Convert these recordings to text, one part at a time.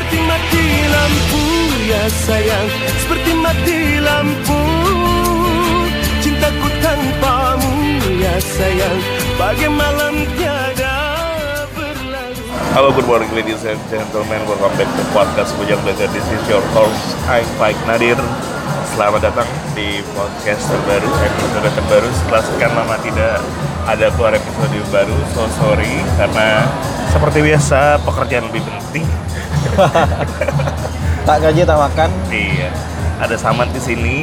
seperti mati lampu ya sayang, seperti mati lampu. Cintaku tanpamu ya sayang, bagai malam tiada berlalu. Halo, good morning ladies and gentlemen. Welcome back to podcast Bujang Belajar. This is your host, I'm Faik Nadir. Selamat datang di podcast terbaru, episode terbaru. Setelah sekian lama tidak ada keluar episode baru, so sorry. Karena seperti biasa, pekerjaan lebih penting. Tak gaji tak makan. Iya, ada Samad di sini.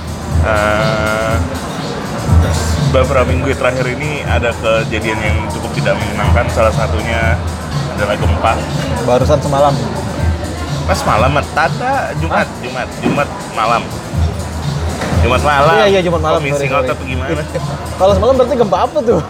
Beberapa minggu terakhir ini ada kejadian yang cukup tidak menyenangkan. Salah satunya adalah gempa. Barusan semalam. Pas malam, Jumat malam. Jumat malam. Iya, Jumat malam. Komisi ngotot gimana? Kalau semalam berarti gempa apa tuh?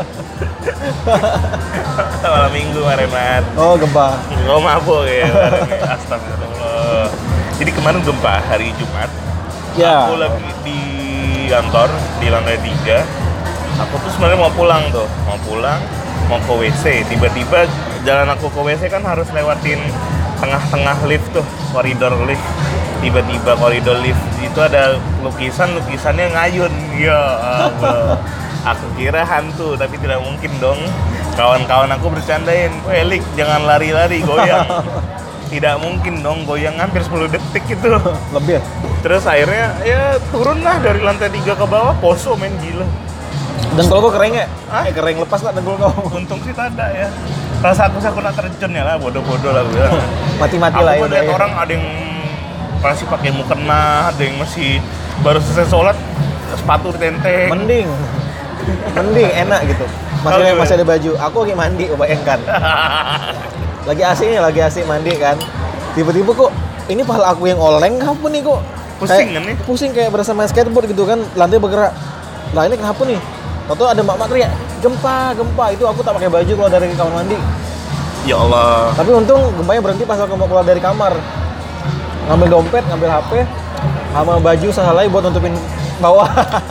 Malam minggu kemarin, Mat. Oh, gempa. Gak mabuk ya. Astagfirullah. Jadi kemarin gempa hari Jumat. Ya. Aku lagi di kantor di lantai 3. Aku tuh sebenarnya mau pulang, mau ke WC. Tiba-tiba jalan aku ke WC kan harus lewatin tengah-tengah lift tuh, koridor lift. Tiba-tiba koridor lift itu ada lukisannya ngayun. Ya Allah. Aku kira hantu, tapi tidak mungkin dong. Kawan-kawan aku bercandain, "Lik, jangan lari-lari, goyang." Tidak mungkin dong, goyang hampir 10 detik itu. Lebih ya? Terus akhirnya ya turun lah dari lantai 3 ke bawah, poso men, gila. Dengkul kok kering ya? Kering lepas lah dengkul kau. Untung sih ada ya. Rasa aku nak terjun ya lah, bodoh-bodoh lah gue. Mati-mati Aku lah ya. Aku lihat orang ada yang masih pakai mukena, ada yang masih baru selesai sholat, sepatu tenteng. Mending enak gitu. Masih ada baju. Aku lagi mandi, bayangkan. Lagi asik mandi kan. Tiba-tiba kok ini pahala aku yang oleng apa nih kok? Pusing kan nih? Pusing kayak berasa main skateboard gitu kan, lantai bergerak. Lah ini kenapa nih? Tahu ada mak-mak teriak, gempa. Itu aku tak pakai baju keluar dari kamar mandi. Ya Allah. Tapi untung gempanya berhenti pas aku mau keluar dari kamar. Ngambil dompet, ngambil HP, sama baju sehelai buat nutupin bawah.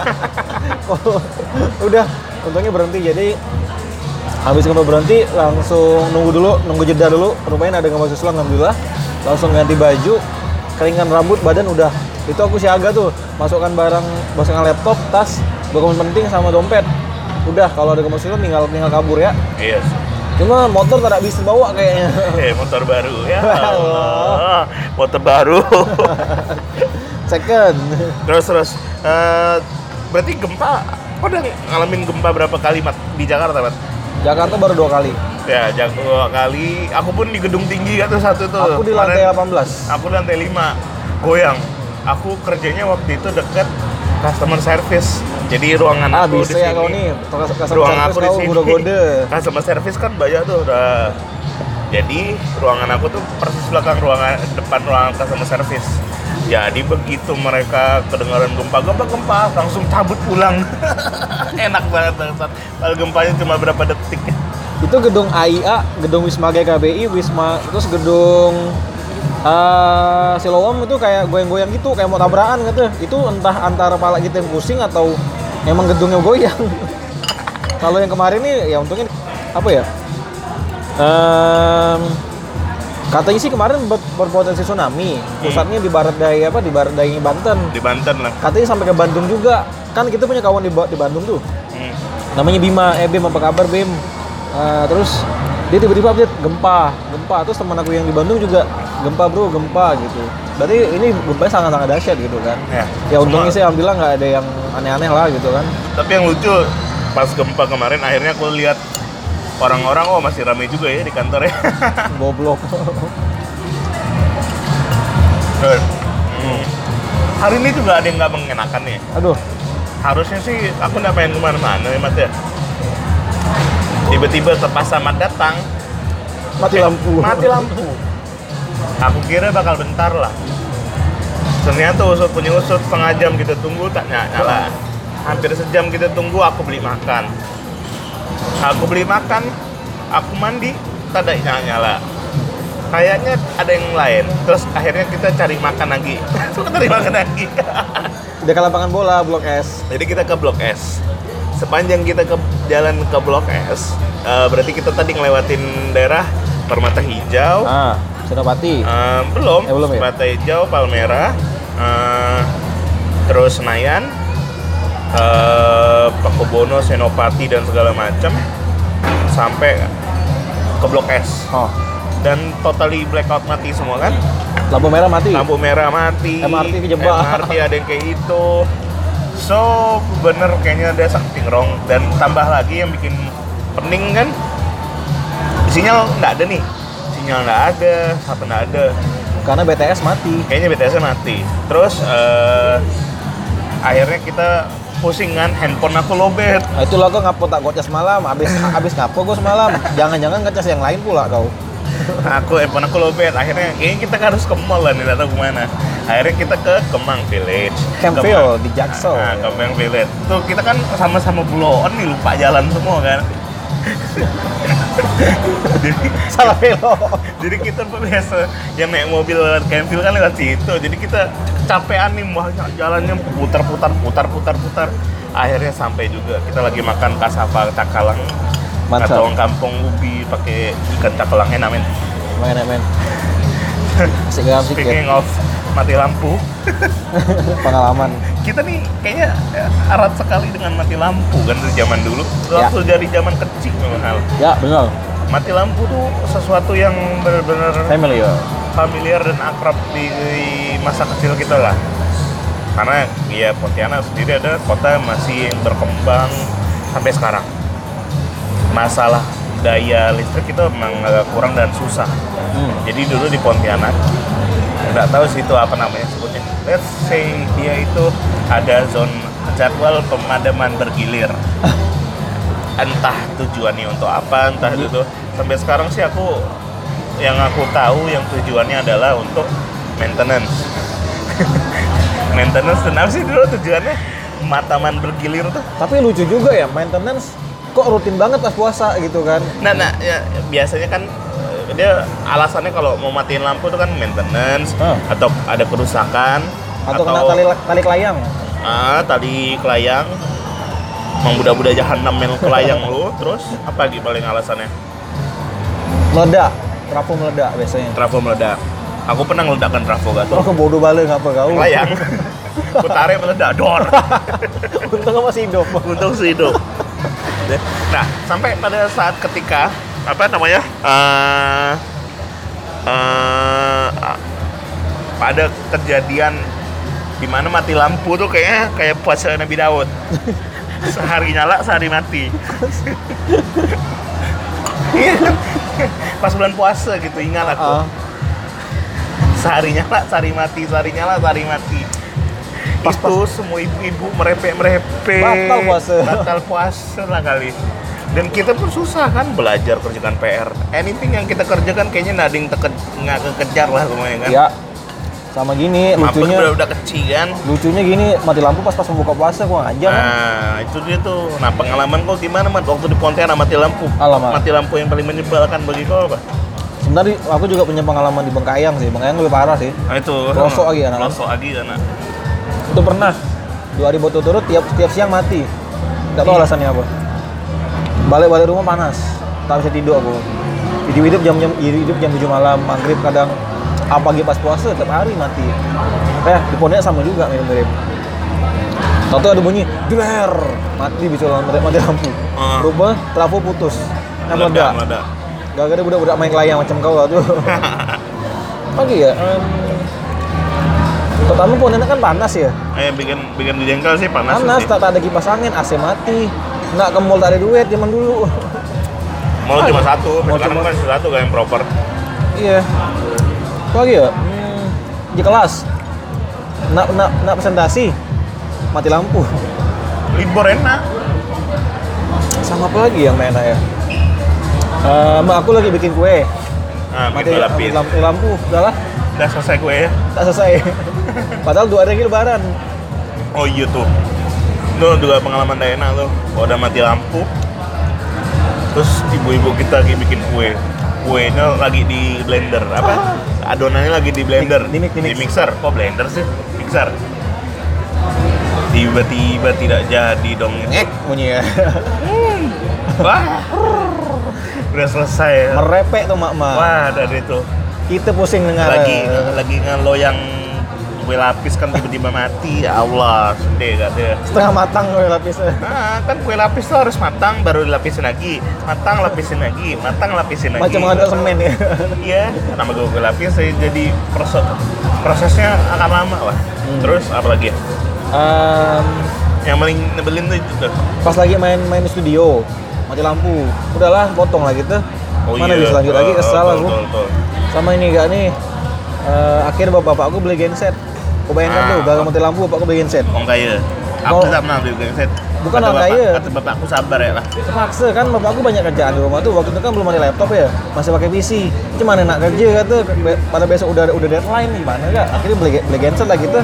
Udah, untungnya berhenti. Jadi habis gempa berhenti langsung nunggu jeda dulu. Rupanya ada gempa susulan, alhamdulillah. Langsung ganti baju, keringan rambut, badan udah. Itu aku siaga tuh, masukkan barang, masukkan laptop, tas, dokumen penting sama dompet. Udah, kalau ada gempa susulan tinggal kabur ya. Iya. Cuma motor tak bisa bawa kayaknya. Motor baru ya Allah. Motor baru. Second. Terus berarti gempa, kau udah ngalamin gempa berapa kali, Mat, di Jakarta, Mat? Jakarta baru 2 kali. Ya, 2 kali. Aku pun di gedung tinggi kan tuh satu tuh. Aku di lantai 18. Aku di lantai 5. Goyang. Aku kerjanya waktu itu dekat customer service. Jadi ruangan aku di sini. Ya kau nih, ruang aku di sini. Gode-gode. Customer service kan banyak tuh udah. Jadi ruangan aku tuh persis belakang depan ruangan customer service. Jadi begitu mereka kedengaran gempa, langsung cabut pulang. Enak banget saat kalau gempanya cuma berapa detik. Itu gedung AIA, gedung Wisma GKBI, terus gedung Siloam itu kayak goyang-goyang gitu, kayak mau tabrakan gitu. Itu entah antara kepala kita yang pusing atau emang gedungnya goyang. Kalau yang kemarin nih, ya untungnya apa ya? Katanya sih kemarin berpotensi tsunami. Pusatnya di barat daya Banten. Di Banten lah. Katanya sampai ke Bandung juga. Kan kita punya kawan di Bandung tuh. Namanya Bima. Bim, apa kabar Bim? Terus dia tiba-tiba update gempa. Terus teman aku yang di Bandung juga gempa gitu. Berarti ini gempanya sangat-sangat dahsyat gitu kan. Ya untungnya sih alhamdulillah nggak ada yang aneh-aneh lah gitu kan. Tapi yang lucu pas gempa kemarin akhirnya aku lihat orang-orang masih ramai juga ya di kantor ya. Goblok. Hari ini juga ada yang nggak mengenakan nih. Aduh. Harusnya sih aku nggak pengen kemana-mana ya, Mat ya. Tiba-tiba pas Samad datang, Mati lampu. Aku kira bakal bentar lah. Ternyata usut setengah jam kita tunggu tak nyala. Hampir sejam kita tunggu, aku beli makan, aku mandi, tak ada nyala. Kayaknya ada yang lain. Terus akhirnya kita cari makan lagi. Udah ke lapangan bola, Blok S. Jadi kita ke Blok S. Sepanjang kita ke jalan ke Blok S, berarti kita tadi ngelewatin daerah Permata Hijau, Senopati. Belum Belum ya? Bata Hijau, Palmerah, terus Senayan, Pakubono, Senopati dan segala macam sampai ke Blok S. Dan totally blackout mati semua kan? Lampu merah mati. Lampu merah mati. MRT kejebak. MRT ada yang kayak itu. So bener kayaknya ada something wrong. Dan tambah lagi yang bikin pening kan, sinyal nggak ada nih. Sinyal nggak ada, satu nggak ada. Karena BTS mati. Kayaknya BTS-nya mati. Terus akhirnya kita pusing kan, handphone aku lowbat. Nah, itu lo kok ngapo tak gocas malam, abis ngapo gue semalam. Jangan-jangan ngecas yang lain pula kau. Handphone aku lowbat. Akhirnya kayaknya kita harus ke mall lah nih, nggak tahu kemana. Akhirnya kita ke Kemang Village. Campville di Jaksel. Kemang Village. Tuh kita kan sama-sama blow-on nih, lupa jalan semua kan. Jadi, salah belok. Jadi kita biasa yang naik mobil lewat Campville kan lewat situ. Jadi kita capean nih, jalannya putar. Akhirnya sampai juga. Kita lagi makan kasava cakalang. Mantap. Atau kampung ubi pakai ikan cakalangnya namen. Enak men. Asik gak asik. Speaking of mati lampu. Pengalaman. Kita nih kayaknya erat sekali dengan mati lampu kan dari zaman dulu. Waktu dari zaman kecil memang hal. Ya benar. Mati lampu tuh sesuatu yang benar-benar familiar dan akrab di masa kecil kita lah. Karena ya Pontianak sendiri ada kota masih berkembang sampai sekarang. Masalah daya listrik itu memang agak kurang dan susah. Jadi dulu di Pontianak, nggak tahu sih itu apa namanya sebutnya. Let's say dia itu ada zona jadwal pemadaman bergilir. Entah tujuannya untuk apa, entah itu. Sampai sekarang sih aku tahu yang tujuannya adalah untuk maintenance. Maintenance, kenapa sih dulu tujuannya pemadaman bergilir tuh? Tapi lucu juga ya, maintenance kok rutin banget pas puasa gitu kan. Nah ya, biasanya kan dia alasannya kalau mau matiin lampu itu kan maintenance atau ada kerusakan atau kena tali kelayang. Tali kelayang. Mengbudak-budak jahanam yang kelayang lu, terus apa lagi paling alasannya? Meledak, trafo meledak biasanya. Trafo meledak. Aku pernah meledakkan trafo gak tuh? Oh, bodoh balik ngapa kau? Kelayang. Ku tarik meledak, dor. Untung masih hidup. Untung masih hidup. Nah, sampai pada saat ketika pada kejadian di mana mati lampu tuh kayaknya kayak puasa Nabi Daud. Sehari nyala, sehari mati. Pas bulan puasa gitu, ingat aku. Sehari nyala, sehari mati, sehari nyala, sehari mati. Itu semua ibu-ibu merepek-merepek. Batal puasa lah kali. Dan kita pun susah kan belajar, kerjakan PR. Anything yang kita kerjakan kayaknya nggak kekejar lah semuanya kan. Ya. Sama gini, lucunya udah kecil kan. Lucunya gini, mati lampu pas membuka puasa gua aja kan. Nah, itu dia tuh. Nah, pengalaman kau gimana, Mat? Waktu di Pontianak mati lampu. Mati lampu yang paling menyebalkan bagi kau apa? Sebenarnya aku juga punya pengalaman di Bengkayang sih. Bengkayang lebih parah sih. Nah, itu. Losok lagi anak. Losok lagi anak. Itu pernah 2 hari berturut-turut tiap siang mati. Enggak tahu alasannya apa. Balik rumah panas. Tak bisa tidur aku. Hidup jam 7 malam, maghrib kadang pagi pas puasa tiap hari mati. Di Pontianak sama juga mirip-mirip. Tahu ada bunyi der, mati bisa mati lampu. Berubah trafo putus. Meledak. Gara-gara budak-budak main kelayang macam kau tuh. Pagi ya. Pertama Pontianak kan panas ya. Bikin dijengkel sih panas. Panas, tak ada kipas angin, AC mati. Nggak ke mall tak ada duit zaman dulu. Mall cuma satu, sekarang kan satu gak yang proper. Iya. Pagi ya. Di kelas. Nak presentasi. Mati lampu. Libur enak. Sama apa lagi yang enak ya? Aku lagi bikin kue. Mati lampu, udahlah. Udah selesai kue ya? Tak selesai. Padahal 2 hari lagi lebaran. Oh iya tuh. Itu juga pengalaman tak enak tuh. Kalau udah mati lampu, terus ibu-ibu kita lagi bikin kue. Kuenya lagi di blender, adonannya lagi di blender. Di mixer. Kok blender sih? Mixer. Tiba-tiba tidak jadi dong. Bunyi ya. Wah. Udah selesai. Merepek tuh mak-mak. Wah, dari itu. Kita pusing dengar. Lagi ngeloyang kue lapis kan tiba-tiba mati. Ya Allah, sedih gak deh. Setengah matang kue lapisnya. Nah, kan kue lapis tuh harus matang baru dilapisin lagi. Matang lapisin lagi. Macam ngaduk semen ya. Iya, nama gue kue lapis jadi prosesnya akan lama lah. Terus apa lagi? Yang paling nebelin tuh itu tuh. Pas lagi main di studio, mati lampu. Udahlah, potong lah gitu. Mana bisa lanjut lagi, kesal aku. Sama ini gak nih? Akhirnya bapak aku beli genset. Kau bayangkan tuh, gagal mati lampu, bapak aku beli genset. Orang kaya. Aku tak pernah beli genset. Bukan orang kaya. Kata bapakku sabar ya lah. Terpaksa kan, bapak aku banyak kerjaan di rumah tuh. Waktu itu kan belum ada laptop ya, masih pakai PC. Cuman enak kerja kata, pada besok udah deadline gimana gak? Akhirnya beli genset lah gitu.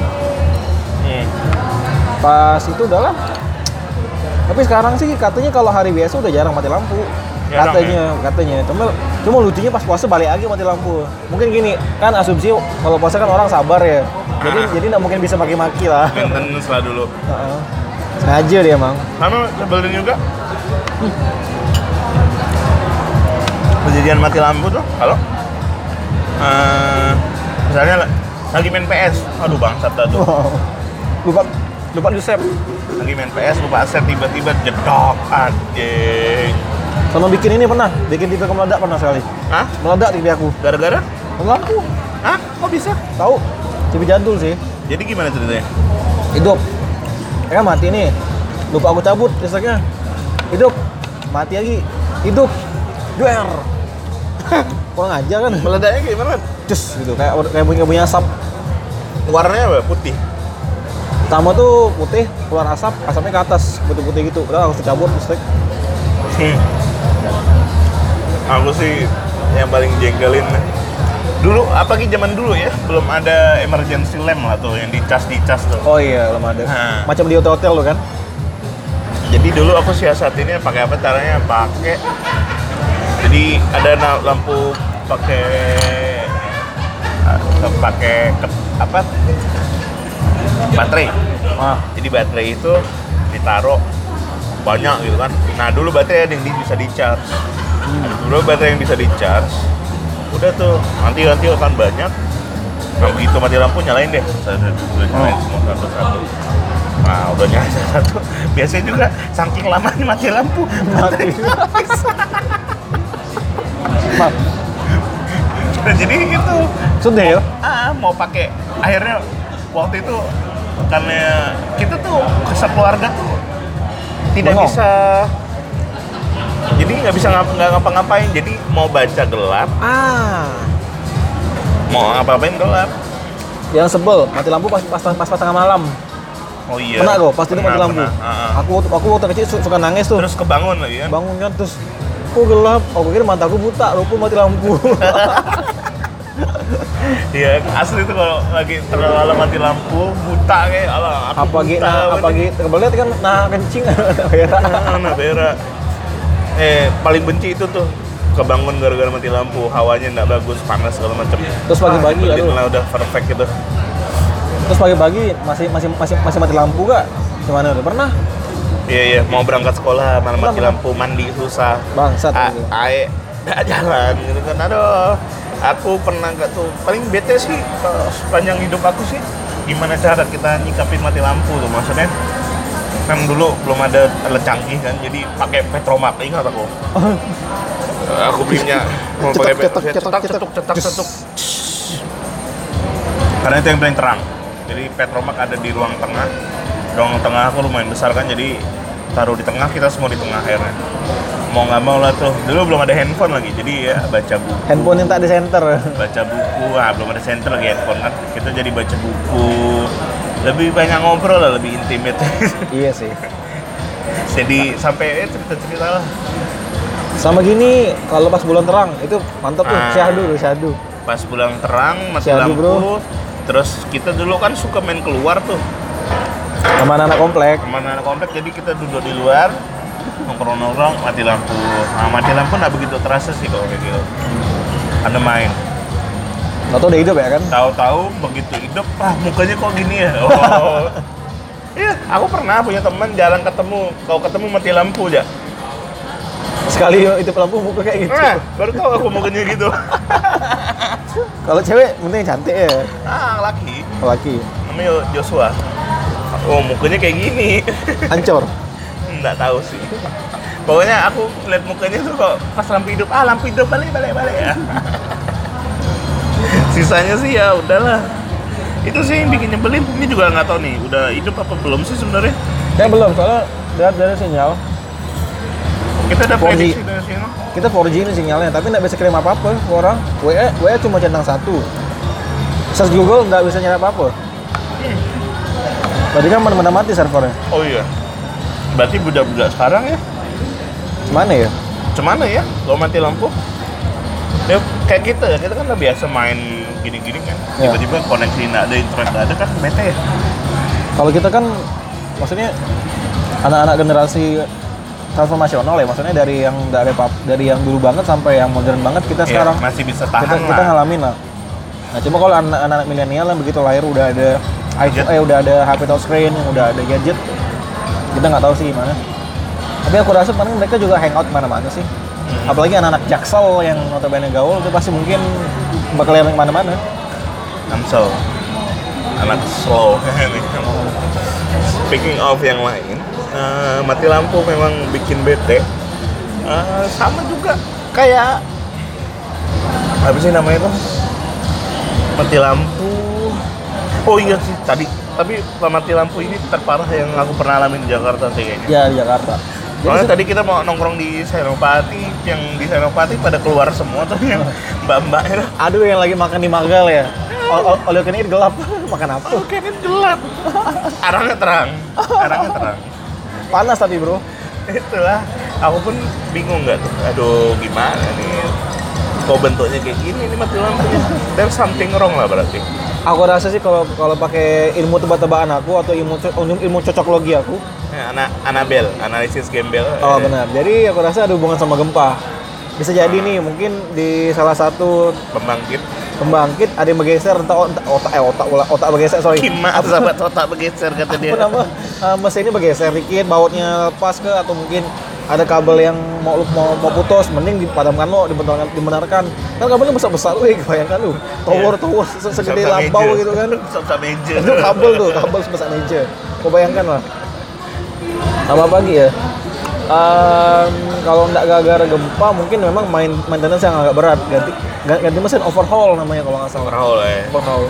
Pas itu udahlah. Tapi sekarang sih katanya kalau hari biasa udah jarang mati lampu. Katanya. Cuma lucunya pas puasa balik lagi mati lampu. Mungkin gini, kan asumsi kalau puasa kan orang sabar ya. Jadi nggak mungkin bisa maki-maki lah. Maintenance lah dulu. Sengaja dia emang. Kamu sebelin juga. Kejadian mati lampu tuh kalau misalnya lagi main PS, aduh bangsat tuh. Lupa di save. Lagi main PS lupa set tiba-tiba jedok anjing. Sama bikin ini pernah, bikin TV meledak pernah sekali. Hah? Meledak TV aku. Gara-gara? Lampu. Hah? Kok bisa? Tahu? TV jadul sih. Jadi gimana ceritanya? Hidup. Ya kan mati nih. Lupa aku cabut listriknya. Hidup. Mati lagi. Hidup. Duer. Kurang aja kan. Meledaknya gimana? Cus gitu, kayak punya asap. Warnanya apa? Putih. Pertama tuh putih, keluar asap, asapnya ke atas, putih-putih gitu. Udah harus dicabut listrik. Aku sih yang paling jengkelin dulu, apalagi zaman dulu ya, belum ada emergency lamp lah tuh yang dicas tuh. Oh iya, belum ada. Macam di hotel lo kan. Jadi dulu aku siasatinnya pakai apa caranya? Jadi ada lampu pakai baterai. Jadi baterai itu ditaruh banyak gitu kan. Nah dulu baterai ada yang bisa di-charge. Dulu baterai yang bisa di-charge. Udah tuh nanti akan banyak. Nah begitu mati lampu nyalain deh. Udah nyalain semua satu-satu. Nah udah nyalain satu. Biasanya juga saking lamanya mati lampu. Nah, jadi gitu. Sudah ya? Mau pakai akhirnya waktu itu karena kita tuh sekeluarga tuh tidak bisa, jadi nggak bisa ngapa-ngapain. Jadi mau baca gelap, mau ngapain gelap. Yang sebel mati lampu pas tengah malam. Oh iya. Pernah kok pas tidur mati lampu. Aku waktu kecil suka nangis tuh. Terus kebangun lagi kan? Bangun kan terus kok gelap. Aku pikir mataku buta, rupa mati lampu. Iya, asli tuh kalau lagi terlalu mati lampu, buta kayak alah aku apa gitu. Kebelet kan kencing. Berak. Paling benci itu tuh kebangun gara-gara mati lampu, hawanya nggak bagus, panas segala macam. Terus pagi-pagi udah perfect gitu. Terus pagi-pagi masih mati lampu gak? Gimana udah pernah? Iya, mau berangkat sekolah malam mati lampu, mandi susah. Bangsat. Nggak jalan gitu kan. Aduh. Aku pernah nggak tuh, paling bete sih sepanjang hidup aku sih gimana cara kita nyikapin mati lampu tuh. Maksudnya kan dulu belum ada alat canggih kan, jadi pakai Petromak, ingat aku. Aku belinya mau pakai cetak. Karena itu yang paling terang. Jadi Petromak ada di ruang tengah. Ruang tengah aku lumayan besar kan, jadi taruh di tengah, kita semua di tengah akhirnya. Mau nggak mau lah tuh. Dulu belum ada handphone lagi, jadi ya baca buku. Handphone yang tak ada center. Baca buku, belum ada center lagi handphone kan. Kita jadi baca buku. Lebih banyak ngobrol lah, lebih intimate. Iya sih. Jadi sampai cerita-cerita lah. Sama gini, kalau pas bulan terang itu mantap tuh. Syahdu. Pas bulan terang, mati lampu. Bro. Terus kita dulu kan suka main keluar tuh. Sama anak komplek, jadi kita duduk di luar. Nongkrong-nongkrong mati lampu. Nah, mati lampu nggak begitu terasa sih kalau kayak gitu. Ada main. Tahu udah hidup ya kan? Tahu-tahu begitu hidup, mukanya kok gini ya. Oh. Iya, aku pernah punya teman jalan ketemu mati lampu aja. Sekali itu lampu muka kayak gitu. Baru tahu aku mukanya gitu. Kalau cewek mending cantik ya. Laki. Laki. Namanya Joshua. Oh, mukanya kayak gini. Ancor. Nggak tahu sih. Pokoknya aku lihat mukanya tuh kok pas lampu hidup balik ya. Sisanya sih ya udahlah. Itu sih yang bikin nyebelin. Ini juga nggak tahu nih, udah hidup apa belum sih sebenarnya? Ya belum, soalnya dari sinyal. Kita udah 4G. prediksi dari sini. Kita 4G ini sinyalnya, tapi nggak bisa kirim apa-apa ke orang. WA cuma centang 1. Search Google nggak bisa nyari apa-apa. Berarti kan mana-mana mati servernya. Oh iya. Berarti budak-budak sekarang ya? Cemana ya? Kalau mati lampu? Ya kayak kita kan udah biasa main gini-gini kan. Ya. Tiba-tiba koneksi nggak ada, internet nggak ada kan bete ya? Kalau kita kan, maksudnya anak-anak generasi transformasional ya, maksudnya dari yang dari yang dulu banget sampai yang modern banget kita sekarang masih bisa tahan kita ngalamin lah. Nah cuma kalau anak-anak milenial yang begitu lahir udah ada iPhone, udah ada HP touchscreen, udah ada gadget, kita nggak tahu sih gimana. Tapi aku rasa paling mereka juga hangout kemana-mana sih. Apalagi anak-anak Jaksel yang notabene gaul itu pasti mungkin bakal yang kemana-mana. Amsel, anak slow. Speaking of yang lain, mati lampu memang bikin bete. Sama juga kayak apa sih namanya tuh? Mati lampu. Oh iya sih tadi. Tapi mati lampu ini terparah yang aku pernah alamin di Jakarta sih kayaknya. Ya di Jakarta. Soalnya tadi kita mau nongkrong di Senopati, yang di Senopati pada keluar semua tuh yang mbak-mbaknya. Aduh yang lagi makan di Magal ya. Oleh karena ini gelap. Makan apa? Oh, kayaknya gelap. Arahnya terang. Panas tapi bro. Itulah. Aku pun bingung nggak tuh. Aduh, gimana nih? Kok bentuknya kayak gini ini mati lampunya? There's something wrong lah berarti. Aku rasa sih kalau pakai ilmu tebak-tebakan aku atau ilmu cocoklogi aku. Ya, Anabel, analisis Gembel. Oh benar. Jadi aku rasa ada hubungan sama gempa. Bisa jadi nih mungkin di salah satu pembangkit ada yang bergeser otak bergeser sorry. Gimana sahabat otak bergeser kata dia. Apa nama mesinnya bergeser dikit, bautnya lepas ke atau mungkin ada kabel yang mau putus, mending dipadamkan lo, dibenarkan. Kan kabelnya besar-besar, bayangkan lu. Tower segede lampau gitu kan. Sebesar meja. Itu kabel sebesar meja. Kau bayangkan lah. Apa lagi ya? Kalau nggak gara-gara gempa, mungkin memang maintenance yang agak berat. Ganti mesin, overhaul namanya kalau nggak salah. Overhaul.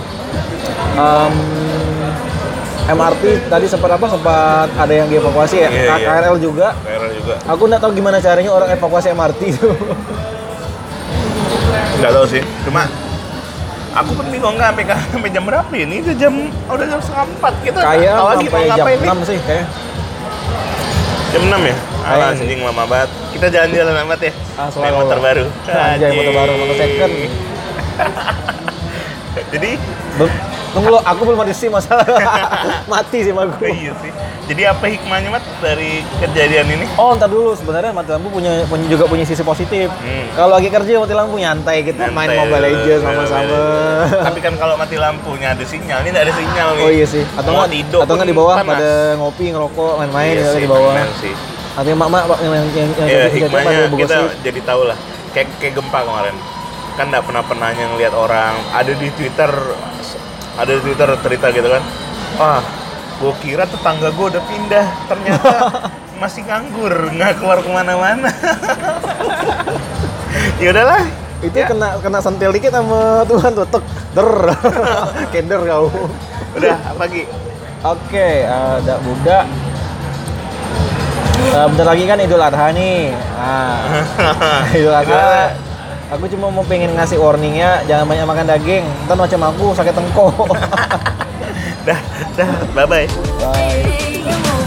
MRT tadi sempat ada yang dievakuasi ya. KRL juga. Aku nggak tahu gimana caranya orang evakuasi MRT itu. Nggak tahu sih. Cuma aku pun bingung sampai jam berapa ini? Udah jam 3:30 kita. Kayak sampai jam 6 sih kayak. Jam 6 ya? Anjing lama banget. Kita jalan-jalan amat ya. Naik motor baru. Anjay, motor baru, motor second. Jadi tunggu lo, aku belum ada SIM masalah. Mati SIM aku. Iya sih. Jadi apa hikmahnya Mat dari kejadian ini? Oh, ntar dulu, sebenarnya mati lampu juga punya sisi positif. Kalau lagi kerja mati lampu nyantai kita main Mobile Legends sama-sama. Tapi kan kalau mati lampunya ada sinyal, ini nggak ada sinyal nih. Oh iya sih. Atau nggak di bawah pada ngopi, ngerokok, main-main iya di bawah. Sih. Artinya emak-emak yang hikmahnya kita jadi tahu lah. Kayak gempa kemarin. Kan nggak pernah ngelihat orang ada di Twitter cerita gitu kan. Wah, gue kira tetangga gue udah pindah, ternyata masih nganggur, nggak keluar kemana-mana. Ya udahlah. Itu ya. kena sentil dikit sama Tuhan tuh, keder kau. Udah, apa lagi? Oke, ada budak. Bentar lagi kan Idul Adha nih. Idul Adha. Aku cuma mau pengen ngasih warningnya, jangan banyak makan daging. Ntar macam aku sakit tengkok. Dah, bye-bye. Bye.